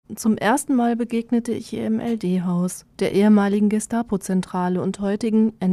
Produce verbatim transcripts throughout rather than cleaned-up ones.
Zum ersten Mal begegnete ich ihr im L D-Haus, der ehemaligen Gestapo-Zentrale und heutigen N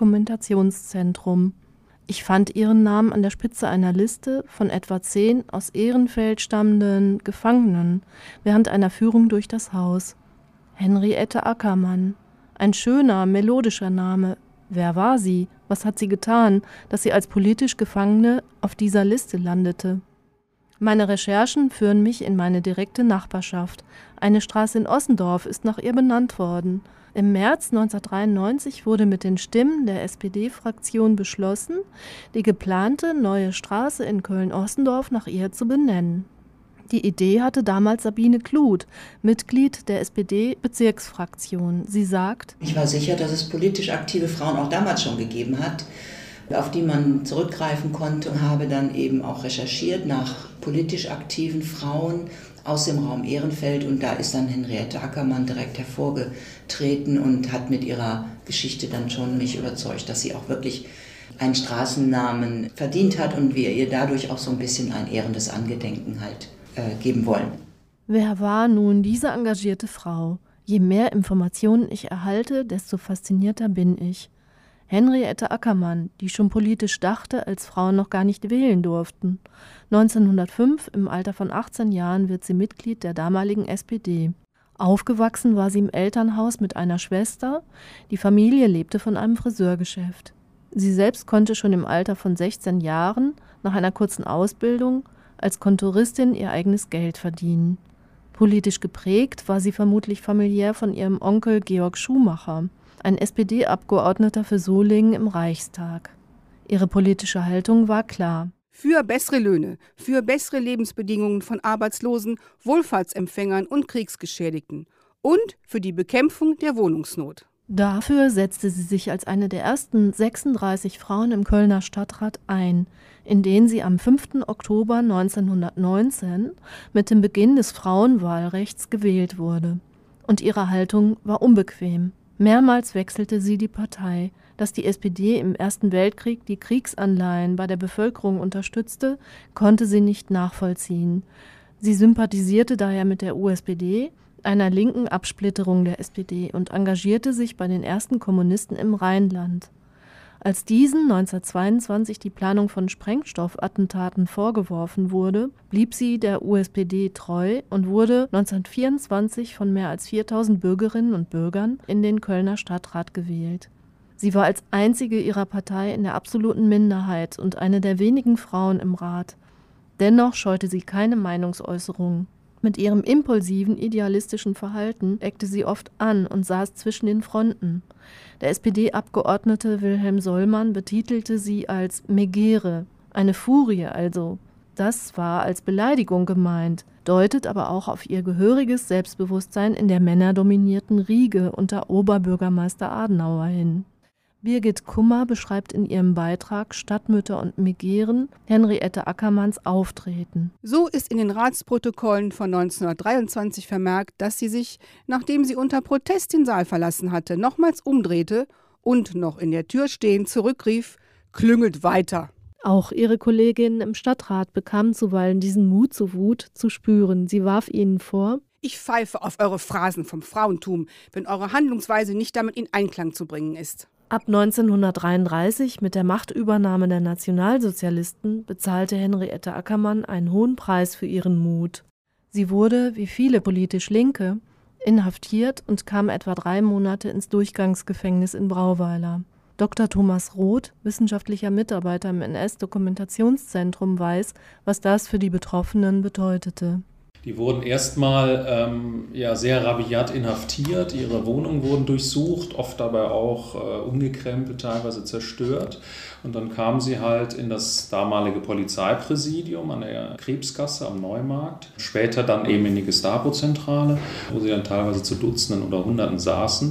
S-Dokumentationszentrum. Ich fand ihren Namen an der Spitze einer Liste von etwa zehn aus Ehrenfeld stammenden Gefangenen während einer Führung durch das Haus. Henriette Ackermann. Ein schöner, melodischer Name. Wer war sie? Was hat sie getan, dass sie als politisch Gefangene auf dieser Liste landete? Meine Recherchen führen mich in meine direkte Nachbarschaft. Eine Straße in Ossendorf ist nach ihr benannt worden. Im März neunzehnhundertdreiundneunzig wurde mit den Stimmen der S P D-Fraktion beschlossen, die geplante neue Straße in Köln-Ossendorf nach ihr zu benennen. Die Idee hatte damals Sabine Kluth, Mitglied der S P D-Bezirksfraktion. Sie sagt: Ich war sicher, dass es politisch aktive Frauen auch damals schon gegeben hat, auf die man zurückgreifen konnte, und habe dann eben auch recherchiert nach politisch aktiven Frauen aus dem Raum Ehrenfeld, und da ist dann Henriette Ackermann direkt hervorgetreten und hat mit ihrer Geschichte dann schon mich überzeugt, dass sie auch wirklich einen Straßennamen verdient hat und wir ihr dadurch auch so ein bisschen ein ehrendes Angedenken halt äh, geben wollen. Wer war nun diese engagierte Frau? Je mehr Informationen ich erhalte, desto faszinierter bin ich. Henriette Ackermann, die schon politisch dachte, als Frauen noch gar nicht wählen durften. neunzehnhundertfünf, im Alter von achtzehn Jahren, wird sie Mitglied der damaligen S P D. Aufgewachsen war sie im Elternhaus mit einer Schwester. Die Familie lebte von einem Friseurgeschäft. Sie selbst konnte schon im Alter von sechzehn Jahren, nach einer kurzen Ausbildung, als Kontoristin ihr eigenes Geld verdienen. Politisch geprägt war sie vermutlich familiär von ihrem Onkel Georg Schumacher, ein S P D-Abgeordneter für Solingen im Reichstag. Ihre politische Haltung war klar: Für bessere Löhne, für bessere Lebensbedingungen von Arbeitslosen, Wohlfahrtsempfängern und Kriegsgeschädigten und für die Bekämpfung der Wohnungsnot. Dafür setzte sie sich als eine der ersten sechsunddreißig Frauen im Kölner Stadtrat ein, in den sie am fünften Oktober neunzehnhundertneunzehn mit dem Beginn des Frauenwahlrechts gewählt wurde. Und ihre Haltung war unbequem. Mehrmals wechselte sie die Partei. Dass die S P D im Ersten Weltkrieg die Kriegsanleihen bei der Bevölkerung unterstützte, konnte sie nicht nachvollziehen. Sie sympathisierte daher mit der U S P D, einer linken Absplitterung der S P D, und engagierte sich bei den ersten Kommunisten im Rheinland. Als diesen neunzehnhundertzweiundzwanzig die Planung von Sprengstoffattentaten vorgeworfen wurde, blieb sie der U S P D treu und wurde neunzehnhundertvierundzwanzig von mehr als viertausend Bürgerinnen und Bürgern in den Kölner Stadtrat gewählt. Sie war als einzige ihrer Partei in der absoluten Minderheit und eine der wenigen Frauen im Rat. Dennoch scheute sie keine Meinungsäußerung. Mit ihrem impulsiven, idealistischen Verhalten eckte sie oft an und saß zwischen den Fronten. Der S P D-Abgeordnete Wilhelm Sollmann betitelte sie als Megere, eine Furie also. Das war als Beleidigung gemeint, deutet aber auch auf ihr gehöriges Selbstbewusstsein in der männerdominierten Riege unter Oberbürgermeister Adenauer hin. Birgit Kummer beschreibt in ihrem Beitrag Stadtmütter und Megeren Henriette Ackermanns Auftreten. So ist in den Ratsprotokollen von neunzehnhundertdreiundzwanzig vermerkt, dass sie sich, nachdem sie unter Protest den Saal verlassen hatte, nochmals umdrehte und noch in der Tür stehend zurückrief: Klüngelt weiter! Auch ihre Kolleginnen im Stadtrat bekamen zuweilen diesen Mut zur Wut zu spüren. Sie warf ihnen vor: Ich pfeife auf eure Phrasen vom Frauentum, wenn eure Handlungsweise nicht damit in Einklang zu bringen ist. Ab neunzehnhundertdreiunddreißig, mit der Machtübernahme der Nationalsozialisten, bezahlte Henriette Ackermann einen hohen Preis für ihren Mut. Sie wurde, wie viele politisch Linke, inhaftiert und kam etwa drei Monate ins Durchgangsgefängnis in Brauweiler. Doktor Thomas Roth, wissenschaftlicher Mitarbeiter im N S-Dokumentationszentrum, weiß, was das für die Betroffenen bedeutete. Die wurden erstmal ähm, ja, sehr rabiat inhaftiert, ihre Wohnungen wurden durchsucht, oft dabei auch äh, umgekrempelt, teilweise zerstört. Und dann kamen sie halt in das damalige Polizeipräsidium an der Krebsgasse am Neumarkt. Später dann eben in die Gestapo-Zentrale, wo sie dann teilweise zu Dutzenden oder Hunderten saßen.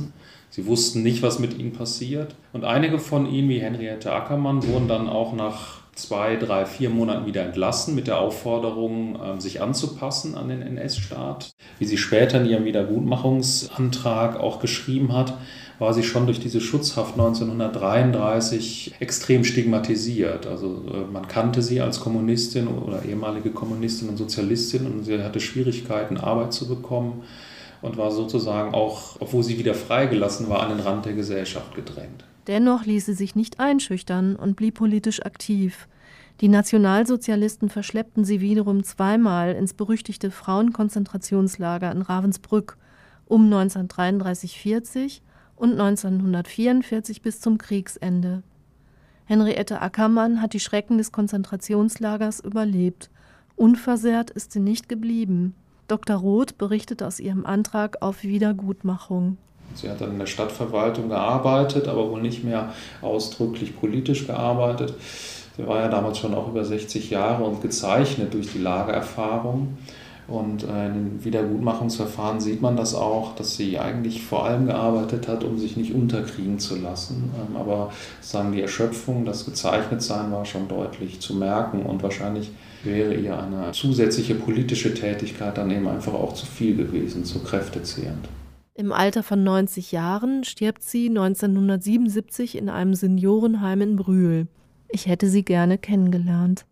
Sie wussten nicht, was mit ihnen passiert. Und einige von ihnen, wie Henriette Ackermann, wurden dann auch nach zwei, drei, vier Monaten wieder entlassen mit der Aufforderung, sich anzupassen an den N S-Staat. Wie sie später in ihrem Wiedergutmachungsantrag auch geschrieben hat, war sie schon durch diese Schutzhaft neunzehnhundertdreiunddreißig extrem stigmatisiert. Also man kannte sie als Kommunistin oder ehemalige Kommunistin und Sozialistin und sie hatte Schwierigkeiten, Arbeit zu bekommen und war sozusagen auch, obwohl sie wieder freigelassen war, an den Rand der Gesellschaft gedrängt. Dennoch ließ sie sich nicht einschüchtern und blieb politisch aktiv. Die Nationalsozialisten verschleppten sie wiederum zweimal ins berüchtigte Frauenkonzentrationslager in Ravensbrück um neunzehnhundertdreiunddreißig vierzig und neunzehnhundertvierundvierzig bis zum Kriegsende. Henriette Ackermann hat die Schrecken des Konzentrationslagers überlebt. Unversehrt ist sie nicht geblieben. Doktor Roth berichtet aus ihrem Antrag auf Wiedergutmachung. Sie hat dann in der Stadtverwaltung gearbeitet, aber wohl nicht mehr ausdrücklich politisch gearbeitet. Sie war ja damals schon auch über sechzig Jahre und gezeichnet durch die Lagererfahrung. Und in den Wiedergutmachungsverfahren sieht man das auch, dass sie eigentlich vor allem gearbeitet hat, um sich nicht unterkriegen zu lassen. Aber sagen die Erschöpfung, das Gezeichnetsein war schon deutlich zu merken und wahrscheinlich wäre ihr eine zusätzliche politische Tätigkeit dann eben einfach auch zu viel gewesen, zu kräftezehrend. Im Alter von neunzig Jahren stirbt sie neunzehnhundertsiebenundsiebzig in einem Seniorenheim in Brühl. Ich hätte sie gerne kennengelernt.